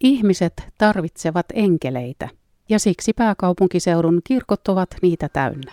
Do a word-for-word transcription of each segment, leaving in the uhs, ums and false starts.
Ihmiset tarvitsevat enkeleitä, ja siksi pääkaupunkiseudun kirkot ovat niitä täynnä.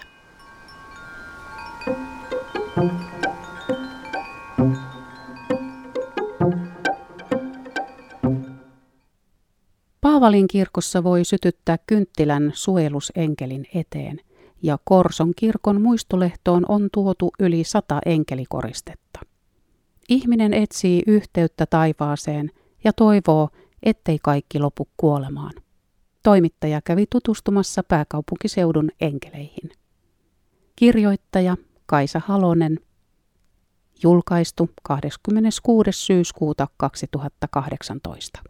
Paavalin kirkossa voi sytyttää kynttilän suojelusenkelin eteen, ja Korson kirkon muistolehtoon on tuotu yli sata enkelikoristetta. Ihminen etsii yhteyttä taivaaseen ja toivoo, ettei kaikki lopu kuolemaan. Toimittaja kävi tutustumassa pääkaupunkiseudun enkeleihin. Kirjoittaja Kaisa Halonen. Julkaistu kahdeskymmeneskuudes syyskuuta kaksituhattakahdeksantoista.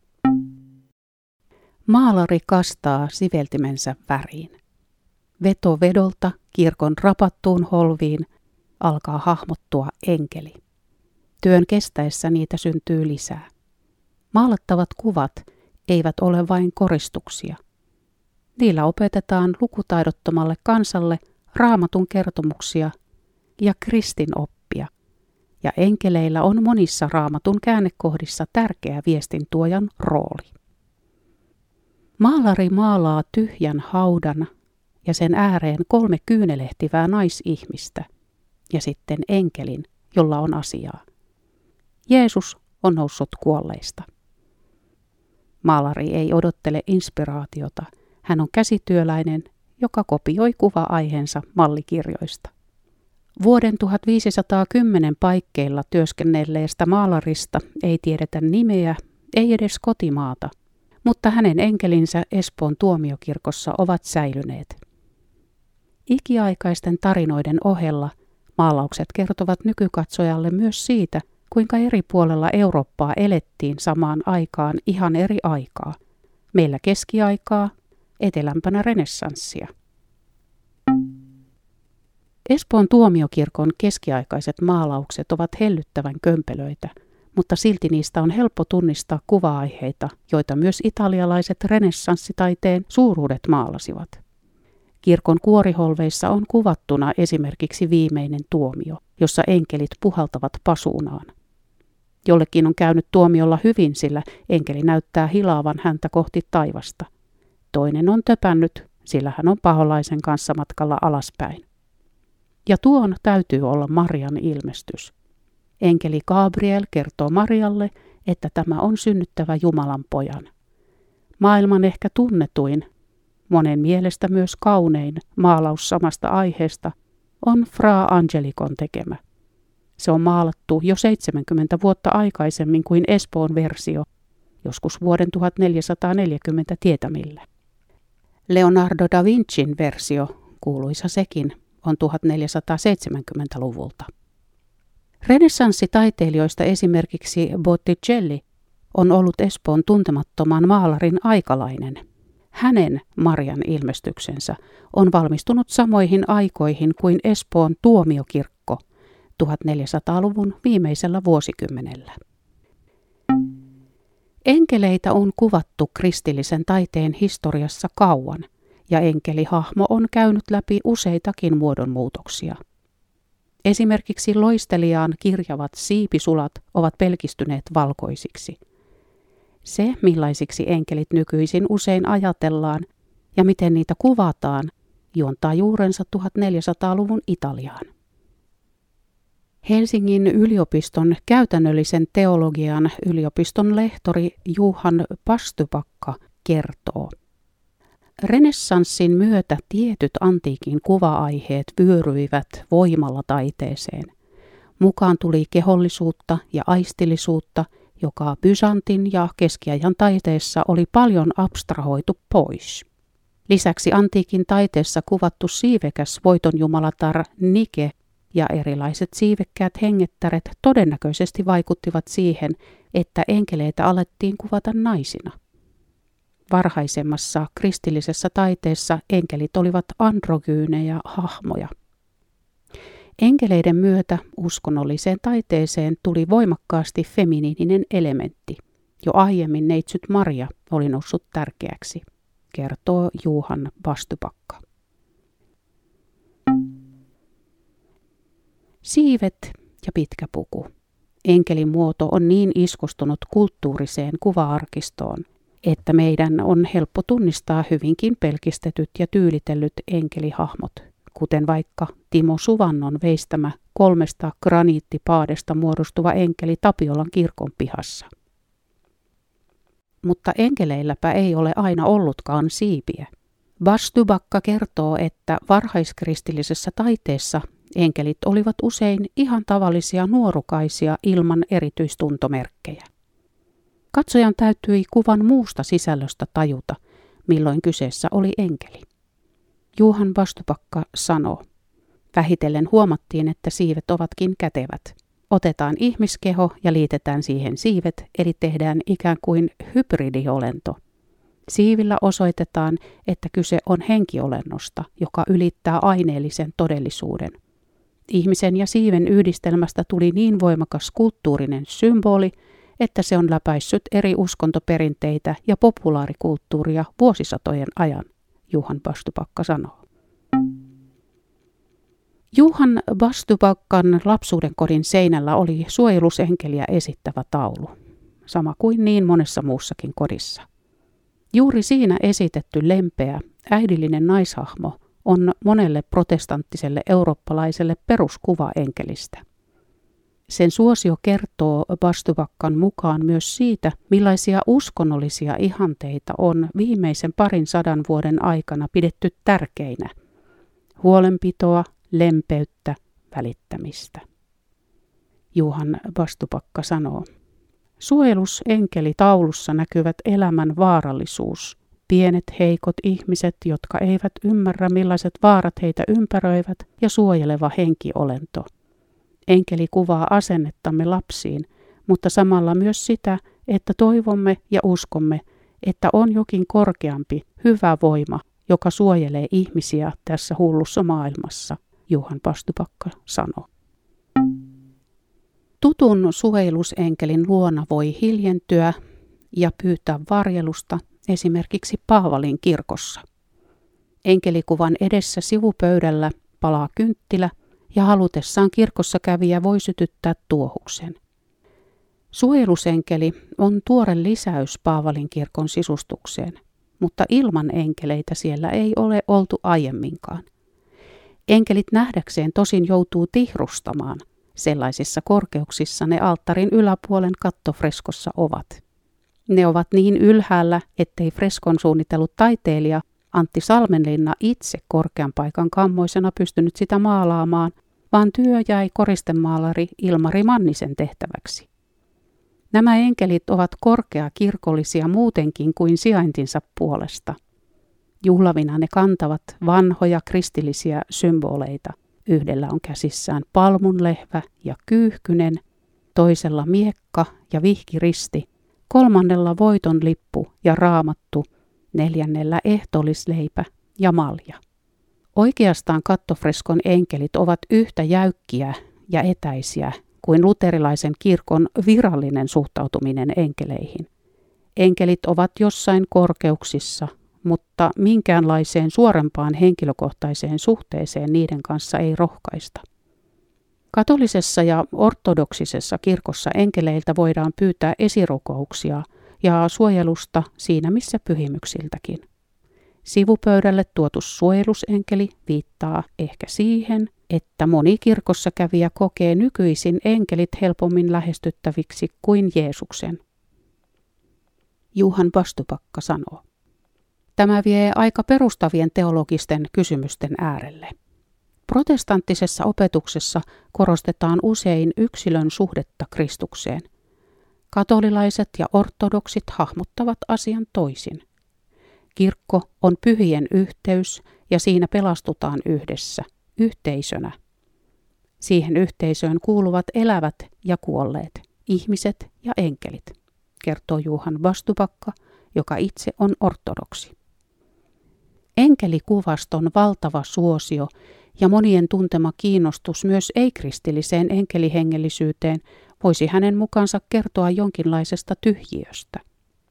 Maalari kastaa siveltimensä väriin. Veto vedolta kirkon rapattuun holviin alkaa hahmottua enkeli. Työn kestäessä niitä syntyy lisää. Maalattavat kuvat eivät ole vain koristuksia. Niillä opetetaan lukutaidottomalle kansalle Raamatun kertomuksia ja kristinoppia, ja enkeleillä on monissa Raamatun käännekohdissa tärkeä viestintuojan rooli. Maalari maalaa tyhjän haudan ja sen ääreen kolme kyynelehtivää naisihmistä ja sitten enkelin, jolla on asiaa. Jeesus on noussut kuolleista. Maalari ei odottele inspiraatiota. Hän on käsityöläinen, joka kopioi kuva-aiheensa mallikirjoista. Vuoden tuhatviisisataakymmenen paikkeilla työskennelleestä maalarista ei tiedetä nimeä, ei edes kotimaata, mutta hänen enkelinsä Espoon tuomiokirkossa ovat säilyneet. Ikiaikaisten tarinoiden ohella maalaukset kertovat nykykatsojalle myös siitä, kuinka eri puolella Eurooppaa elettiin samaan aikaan ihan eri aikaa. Meillä keskiaikaa, etelämpänä renessanssia. Espoon tuomiokirkon keskiaikaiset maalaukset ovat hellyttävän kömpelöitä, mutta silti niistä on helppo tunnistaa kuva-aiheita, joita myös italialaiset renessanssitaiteen suuruudet maalasivat. Kirkon kuoriholveissa on kuvattuna esimerkiksi viimeinen tuomio, jossa enkelit puhaltavat pasuunaan. Jollekin on käynyt tuomiolla hyvin, sillä enkeli näyttää hilaavan häntä kohti taivasta. Toinen on töpännyt, sillä hän on paholaisen kanssa matkalla alaspäin. Ja tuon täytyy olla Marian ilmestys. Enkeli Gabriel kertoo Marialle, että tämä on synnyttävä Jumalan pojan. Maailman ehkä tunnetuin, monen mielestä myös kaunein maalaus samasta aiheesta on Fra Angelicon tekemä. Se on maalattu jo seitsemänkymmentä vuotta aikaisemmin kuin Espoon versio, joskus vuoden tuhatneljäsataaneljäkymmentä tietämillä. Leonardo da Vincin versio, kuuluisa sekin, on tuhatneljäsataaseitsemänkymmentäluvulta. Renessanssitaiteilijoista esimerkiksi Botticelli on ollut Espoon tuntemattoman maalarin aikalainen. Hänen Marian ilmestyksensä on valmistunut samoihin aikoihin kuin Espoon tuomiokirkko tuhatneljäsataaluvun viimeisellä vuosikymmenellä. Enkeleitä on kuvattu kristillisen taiteen historiassa kauan, ja enkelihahmo on käynyt läpi useitakin muodonmuutoksia. Esimerkiksi loistelijaan kirjavat siipisulat ovat pelkistyneet valkoisiksi. Se, millaisiksi enkelit nykyisin usein ajatellaan ja miten niitä kuvataan, juontaa juurensa tuhatneljäsataaluvun Italiaan. Helsingin yliopiston käytännöllisen teologian yliopiston lehtori Johan Pastupakka kertoo: Renessanssin myötä tietyt antiikin kuva-aiheet vyöryivät voimalla taiteeseen. Mukaan tuli kehollisuutta ja aistillisuutta, joka Byzantin ja keskiajan taiteessa oli paljon abstrahoitu pois. Lisäksi antiikin taiteessa kuvattu siivekäs voitonjumalatar Nike ja erilaiset siivekkäät hengettäret todennäköisesti vaikuttivat siihen, että enkeleitä alettiin kuvata naisina. Varhaisemmassa kristillisessä taiteessa enkelit olivat androgyynejä hahmoja. Enkeleiden myötä uskonnolliseen taiteeseen tuli voimakkaasti feminiininen elementti. Jo aiemmin neitsyt Maria oli noussut tärkeäksi, kertoo Johan Pastupakka. Siivet ja pitkä puku. Enkelin muoto on niin iskostunut kulttuuriseen kuva-arkistoon, että meidän on helppo tunnistaa hyvinkin pelkistetyt ja tyylitellyt enkelihahmot, kuten vaikka Timo Suvannon veistämä kolmesta graniittipaadesta muodostuva enkeli Tapiolan kirkon pihassa. Mutta enkeleilläpä ei ole aina ollutkaan siipiä. Vastubakka kertoo, että varhaiskristillisessä taiteessa enkelit olivat usein ihan tavallisia nuorukaisia ilman erityistuntomerkkejä. Katsojan täytyi kuvan muusta sisällöstä tajuta, milloin kyseessä oli enkeli. Johan Vastubakka sanoo, vähitellen huomattiin, että siivet ovatkin kätevät. Otetaan ihmiskeho ja liitetään siihen siivet, eli tehdään ikään kuin hybridiolento. Siivillä osoitetaan, että kyse on henkiolennosta, joka ylittää aineellisen todellisuuden. Ihmisen ja siiven yhdistelmästä tuli niin voimakas kulttuurinen symboli, että se on läpäissyt eri uskontoperinteitä ja populaarikulttuuria vuosisatojen ajan, Johan Vastubakka sanoo. Johan Vastubakkan lapsuuden kodin seinällä oli suojelusenkeliä esittävä taulu, sama kuin niin monessa muussakin kodissa. Juuri siinä esitetty lempeä, äidillinen naishahmo on monelle protestanttiselle eurooppalaiselle peruskuva enkelistä. Sen suosio kertoo Vastubakkan mukaan myös siitä, millaisia uskonnollisia ihanteita on viimeisen parin sadan vuoden aikana pidetty tärkeinä. Huolenpitoa, lempeyttä, välittämistä. Johan Vastubakka sanoo, suojelusenkeli taulussa näkyvät elämän vaarallisuus, pienet heikot ihmiset, jotka eivät ymmärrä millaiset vaarat heitä ympäröivät ja suojeleva henkiolento. Enkeli kuvaa asennettamme lapsiin, mutta samalla myös sitä, että toivomme ja uskomme, että on jokin korkeampi, hyvä voima, joka suojelee ihmisiä tässä hullussa maailmassa, Johan Vastubakka sanoo. Tutun suojelusenkelin luona voi hiljentyä ja pyytää varjelusta esimerkiksi Paavalin kirkossa. Enkelikuvan edessä sivupöydällä palaa kynttilä ja halutessaan kirkossa kävijä voi sytyttää tuohuksen. Suojelusenkeli on tuore lisäys Paavalin kirkon sisustukseen, mutta ilman enkeleitä siellä ei ole oltu aiemminkaan. Enkelit nähdäkseen tosin joutuu tihrustamaan, sellaisissa korkeuksissa ne alttarin yläpuolen kattofreskossa ovat. Ne ovat niin ylhäällä, ettei freskon suunnitellut taiteilija Antti Salmenlinna itse korkean paikan kammoisena pystynyt sitä maalaamaan, vaan työ jäi koristemaalari Ilmari Mannisen tehtäväksi. Nämä enkelit ovat korkeakirkollisia muutenkin kuin sijaintinsa puolesta. Juhlavina ne kantavat vanhoja kristillisiä symboleita. Yhdellä on käsissään palmunlehvä ja kyyhkynen, toisella miekka ja vihkiristi, kolmannella voiton lippu ja raamattu, neljännellä ehtoollisleipä ja malja. Oikeastaan kattofreskon enkelit ovat yhtä jäykkiä ja etäisiä kuin luterilaisen kirkon virallinen suhtautuminen enkeleihin. Enkelit ovat jossain korkeuksissa, mutta minkäänlaiseen suorempaan henkilökohtaiseen suhteeseen niiden kanssa ei rohkaista. Katolisessa ja ortodoksisessa kirkossa enkeleiltä voidaan pyytää esirukouksia ja suojelusta siinä missä pyhimyksiltäkin. Sivupöydälle tuotu suojelusenkeli viittaa ehkä siihen, että moni kirkossa kävijä kokee nykyisin enkelit helpommin lähestyttäviksi kuin Jeesuksen. Johan Vastubakka sanoo. Tämä vie aika perustavien teologisten kysymysten äärelle. Protestanttisessa opetuksessa korostetaan usein yksilön suhdetta Kristukseen. Katolilaiset ja ortodoksit hahmottavat asian toisin. Kirkko on pyhien yhteys ja siinä pelastutaan yhdessä, yhteisönä. Siihen yhteisöön kuuluvat elävät ja kuolleet, ihmiset ja enkelit, kertoo Johan Vastubakka, joka itse on ortodoksi. Enkelikuvaston valtava suosio ja monien tuntema kiinnostus myös ei-kristilliseen enkelihengellisyyteen voisi hänen mukaansa kertoa jonkinlaisesta tyhjiöstä.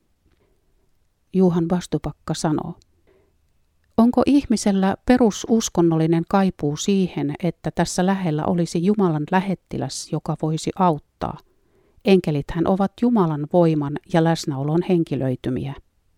Johan Vastubakka sanoo, onko ihmisellä perususkonnollinen kaipuu siihen, että tässä lähellä olisi Jumalan lähettiläs, joka voisi auttaa, Enkelithän ovat Jumalan voiman ja läsnäolon henkilöitymiä.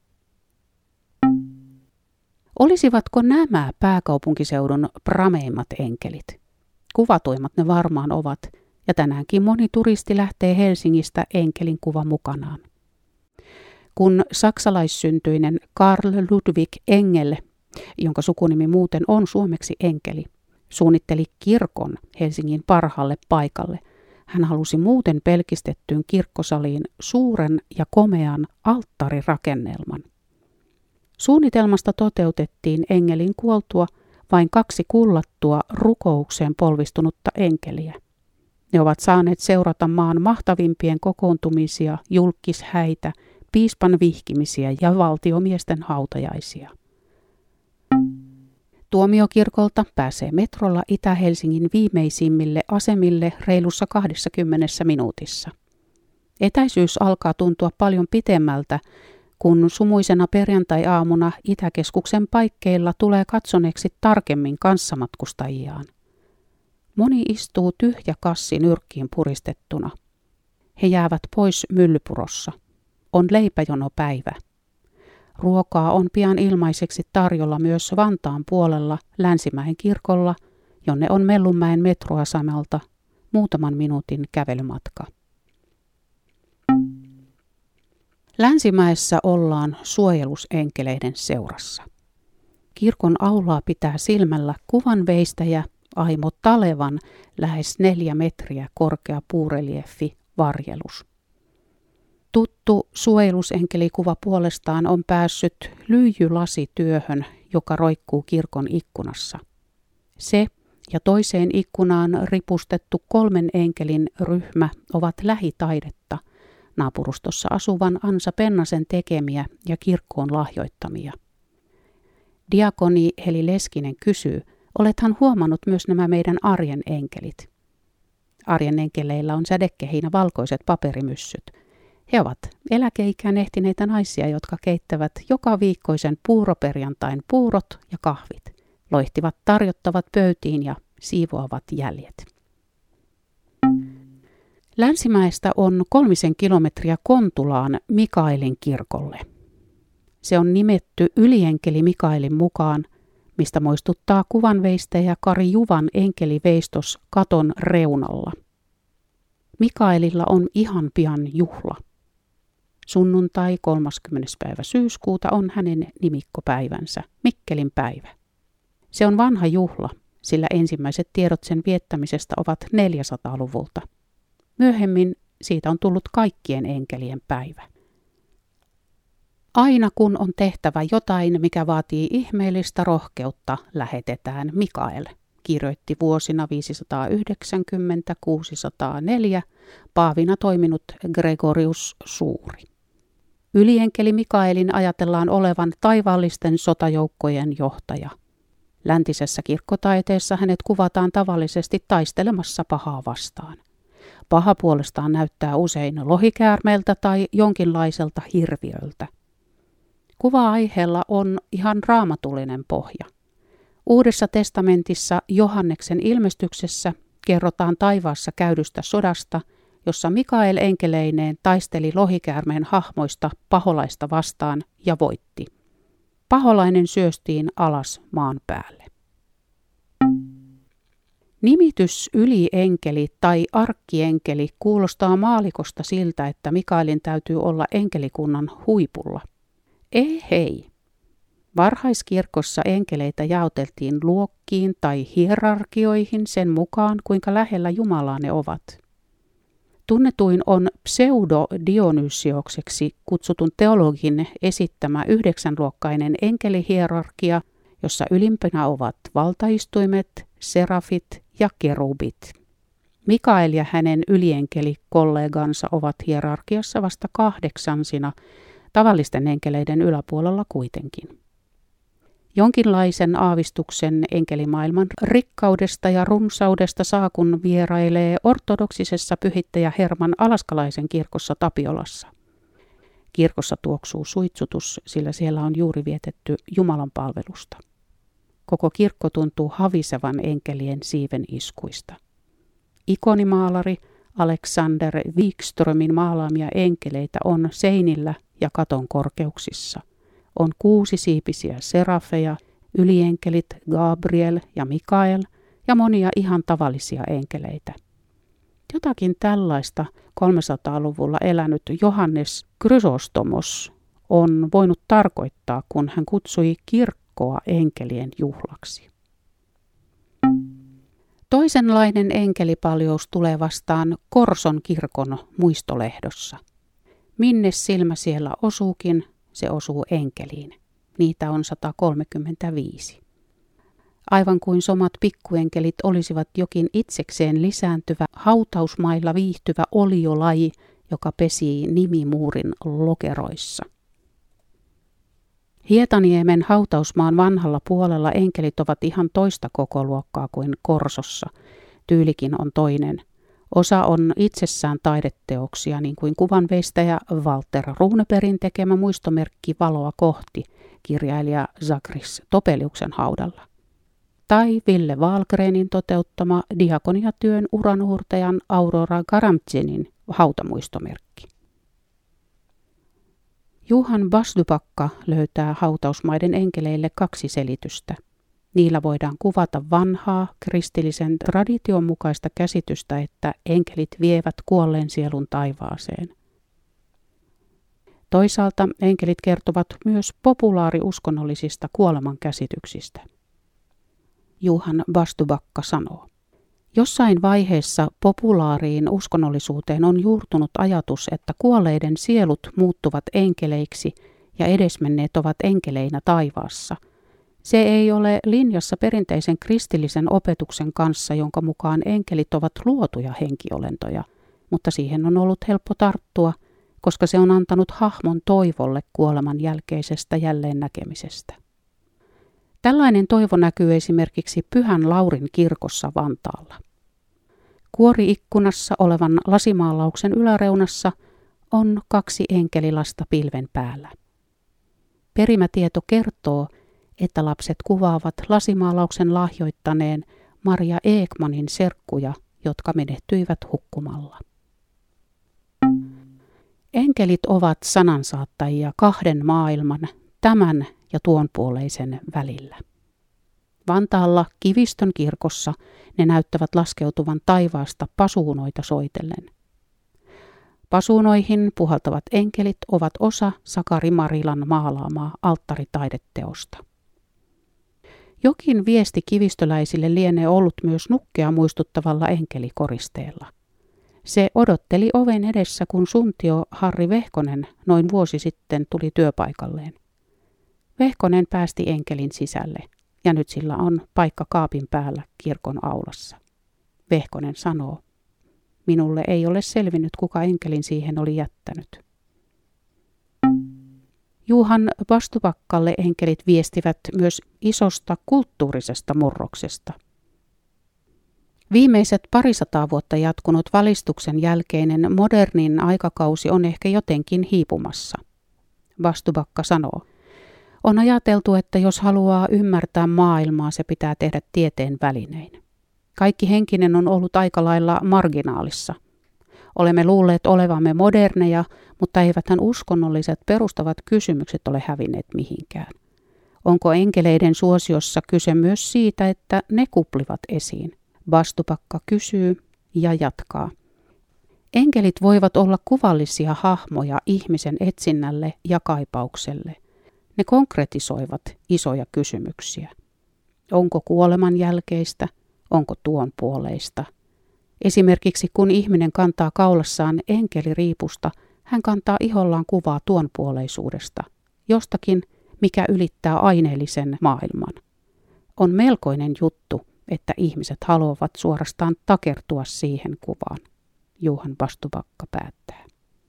Olisivatko nämä pääkaupunkiseudun prameimmat enkelit? Kuvatuimmat ne varmaan ovat, ja tänäänkin moni turisti lähtee Helsingistä enkelin kuva mukanaan. Kun saksalaissyntyinen Carl Ludwig Engel, jonka sukunimi muuten on suomeksi enkeli, suunnitteli kirkon Helsingin parhaalle paikalle, hän halusi muuten pelkistettyyn kirkkosaliin suuren ja komean alttarirakennelman. Suunnitelmasta toteutettiin enkelin kuoltua vain kaksi kullattua rukoukseen polvistunutta enkeliä. Ne ovat saaneet seurata maan mahtavimpien kokoontumisia, julkishäitä, piispan vihkimisiä ja valtiomiesten hautajaisia. Tuomiokirkolta pääsee metrolla Itä-Helsingin viimeisimmille asemille reilussa kaksikymmentä minuutissa. Etäisyys alkaa tuntua paljon pitemmältä, kun sumuisena perjantai-aamuna Itäkeskuksen paikkeilla tulee katsoneeksi tarkemmin kanssamatkustajiaan. Moni istuu tyhjä kassi nyrkkiin puristettuna. He jäävät pois myllypurossa. On leipäjonopäivä. Ruokaa on pian ilmaiseksi tarjolla myös Vantaan puolella Länsimäen kirkolla, jonne on Mellunmäen metroasemalta muutaman minuutin kävelymatka. Länsimäessä ollaan suojelusenkeleiden seurassa. Kirkon aulaa pitää silmällä kuvanveistäjä Aimo Talevan lähes neljä metriä korkea puureliefi varjelus. Tuttu suojelusenkelikuva puolestaan on päässyt lyijylasityöhön, joka roikkuu kirkon ikkunassa. Se ja toiseen ikkunaan ripustettu kolmen enkelin ryhmä ovat lähitaidetta, naapurustossa asuvan Ansa Pennasen tekemiä ja kirkkoon lahjoittamia. Diakoni Heli Leskinen kysyy, olethan huomannut myös nämä meidän arjen enkelit. Arjen enkeleillä on sädekkehinä valkoiset paperimyssyt. He ovat eläkeikään ehtineitä naisia, jotka keittävät joka viikkoisen puuroperjantain puurot ja kahvit, loihtivat tarjottavat pöytiin ja siivoavat jäljet. Länsimäestä on kolmisen kilometriä Kontulaan Mikaelin kirkolle. Se on nimetty ylienkeli Mikaelin mukaan, mistä muistuttaa kuvanveistäjä Kari Juvan enkeliveistos katon reunalla. Mikaelilla on ihan pian juhla. Sunnuntai kolmaskymmenes päivä syyskuuta on hänen nimikkopäivänsä, Mikkelin päivä. Se on vanha juhla, sillä ensimmäiset tiedot sen viettämisestä ovat neljäsataaluvulta. Myöhemmin siitä on tullut kaikkien enkelien päivä. Aina kun on tehtävä jotain, mikä vaatii ihmeellistä rohkeutta, lähetetään Mikael, kirjoitti vuosina viisisataayhdeksänkymmentä kuusisataaneljä paavina toiminut Gregorius Suuri. Ylienkeli Mikaelin ajatellaan olevan taivaallisten sotajoukkojen johtaja. Läntisessä kirkkotaiteessa hänet kuvataan tavallisesti taistelemassa pahaa vastaan. Paha puolestaan näyttää usein lohikäärmeeltä tai jonkinlaiselta hirviöltä. Kuva-aiheella on ihan raamatullinen pohja. Uudessa testamentissa Johanneksen ilmestyksessä kerrotaan taivaassa käydystä sodasta, jossa Mikael enkeleineen taisteli lohikäärmeen hahmoista paholaista vastaan ja voitti. Paholainen syöstiin alas maan päälle. Nimitys ylienkeli tai arkkienkeli kuulostaa maalikosta siltä, että Mikaelin täytyy olla enkelikunnan huipulla. Ei hei. Varhaiskirkossa enkeleitä jaoteltiin luokkiin tai hierarkioihin sen mukaan, kuinka lähellä Jumalaa ne ovat. Tunnetuin on pseudo-Dionysiokseksi kutsutun teologin esittämä yhdeksänluokkainen enkelihierarkia, jossa ylimpänä ovat valtaistuimet, serafit ja kerubit. Mikael ja hänen ylienkelikollegansa ovat hierarkiassa vasta kahdeksansina, tavallisten enkeleiden yläpuolella kuitenkin. Jonkinlaisen aavistuksen enkelimaailman rikkaudesta ja runsaudesta saa, kun vierailee ortodoksisessa pyhittäjä Herman Alaskalaisen kirkossa Tapiolassa. Kirkossa tuoksuu suitsutus, sillä siellä on juuri vietetty Jumalan palvelusta. Koko kirkko tuntuu havisevan enkelien siiven iskuista. Ikonimaalari Alexander Wikströmin maalaamia enkeleitä on seinillä ja katon korkeuksissa. On kuusisiipisiä serafeja, ylienkelit Gabriel ja Mikael ja monia ihan tavallisia enkeleitä. Jotakin tällaista kolmesataaluvulla elänyt Johannes Chrysostomos on voinut tarkoittaa, kun hän kutsui kirkkoa enkelien juhlaksi. Toisenlainen enkelipaljous tulee vastaan Korson kirkon muistolehdossa. Minne silmä siellä osuukin, se osuu enkeliin. Niitä on sata kolmekymmentäviisi. Aivan kuin somat pikkuenkelit olisivat jokin itsekseen lisääntyvä, hautausmailla viihtyvä oliolaji, joka pesii nimimuurin lokeroissa. Hietaniemen hautausmaan vanhalla puolella enkelit ovat ihan toista kokoluokkaa kuin Korsossa. Tyylikin on toinen. Osa on itsessään taideteoksia, niin kuin kuvanveistäjä Walter Runebergin tekemä muistomerkki Valoa kohti, kirjailija Zachris Topeliuksen haudalla. Tai Ville Wahlgrenin toteuttama diakoniatyön uranuurtajan Aurora Karamzinin hautamuistomerkki. Johan Basdybacka löytää hautausmaiden enkeleille kaksi selitystä. Niillä voidaan kuvata vanhaa kristillisen tradition mukaista käsitystä, että enkelit vievät kuolleen sielun taivaaseen. Toisaalta enkelit kertovat myös populaariuskonnollisista kuoleman käsityksistä. Johan Basdybacka sanoo: jossain vaiheessa populaariin uskonnollisuuteen on juurtunut ajatus, että kuolleiden sielut muuttuvat enkeleiksi ja edesmenneet ovat enkeleinä taivaassa. Se ei ole linjassa perinteisen kristillisen opetuksen kanssa, jonka mukaan enkelit ovat luotuja henkiolentoja, mutta siihen on ollut helppo tarttua, koska se on antanut hahmon toivolle kuoleman jälkeisestä jälleen näkemisestä. Tällainen toivo näkyy esimerkiksi Pyhän Laurin kirkossa Vantaalla. Kuori-ikkunassa olevan lasimaalauksen yläreunassa on kaksi enkelilasta pilven päällä. Perimätieto kertoo, että lapset kuvaavat lasimaalauksen lahjoittaneen Maria Ekmanin serkkuja, jotka menehtyivät hukkumalla. Enkelit ovat sanansaattajia kahden maailman, tämän ja tuonpuoleisen välillä. Vantaalla Kivistön kirkossa ne näyttävät laskeutuvan taivaasta pasuunoita soitellen. Pasuunoihin puhaltavat enkelit ovat osa Sakari Marilan maalaamaa alttaritaideteosta. Jokin viesti kivistöläisille lienee ollut myös nukkea muistuttavalla enkelikoristeella. Se odotteli oven edessä, kun suntio Harri Vehkonen noin vuosi sitten tuli työpaikalleen. Vehkonen päästi enkelin sisälle, ja nyt sillä on paikka kaapin päällä kirkon aulassa. Vehkonen sanoo: minulle ei ole selvinnyt, kuka enkelin siihen oli jättänyt. Johan Basdybackalle enkelit viestivät myös isosta kulttuurisesta murroksesta. Viimeiset parisataa vuotta jatkunut valistuksen jälkeinen modernin aikakausi on ehkä jotenkin hiipumassa. Basdybacka sanoo: on ajateltu, että jos haluaa ymmärtää maailmaa, se pitää tehdä tieteen välinein. Kaikki henkinen on ollut aika lailla marginaalissa. Olemme luulleet olevamme moderneja, mutta eiväthän uskonnolliset perustavat kysymykset ole hävinneet mihinkään. Onko enkeleiden suosiossa kyse myös siitä, että ne kuplivat esiin? Basdybacka kysyy ja jatkaa. Enkelit voivat olla kuvallisia hahmoja ihmisen etsinnälle ja kaipaukselle. Ne konkretisoivat isoja kysymyksiä. Onko kuoleman jälkeistä? Onko tuon puoleista? Esimerkiksi kun ihminen kantaa kaulassaan enkeliriipusta, hän kantaa ihollaan kuvaa tuonpuoleisuudesta, jostakin, mikä ylittää aineellisen maailman. On melkoinen juttu, että ihmiset haluavat suorastaan takertua siihen kuvaan. Johan Basdybacka päättää.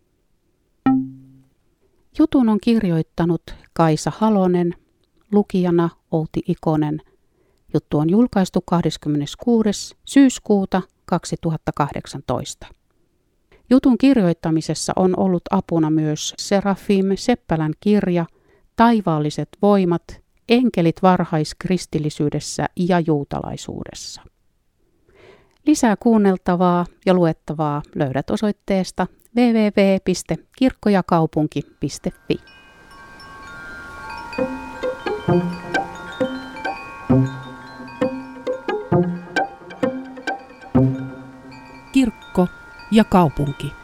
Jutun on kirjoittanut Kaisa Halonen, lukijana Outi Ikonen. Juttu on julkaistu kahdeskymmeneskuudes syyskuuta kaksituhattakahdeksantoista. Jutun kirjoittamisessa on ollut apuna myös Serafim Seppälän kirja Taivaalliset voimat, enkelit varhaiskristillisyydessä ja juutalaisuudessa. Lisää kuunneltavaa ja luettavaa löydät osoitteesta double-u double-u double-u piste kirkkojakaupunki piste fi. Kirkko ja kaupunki.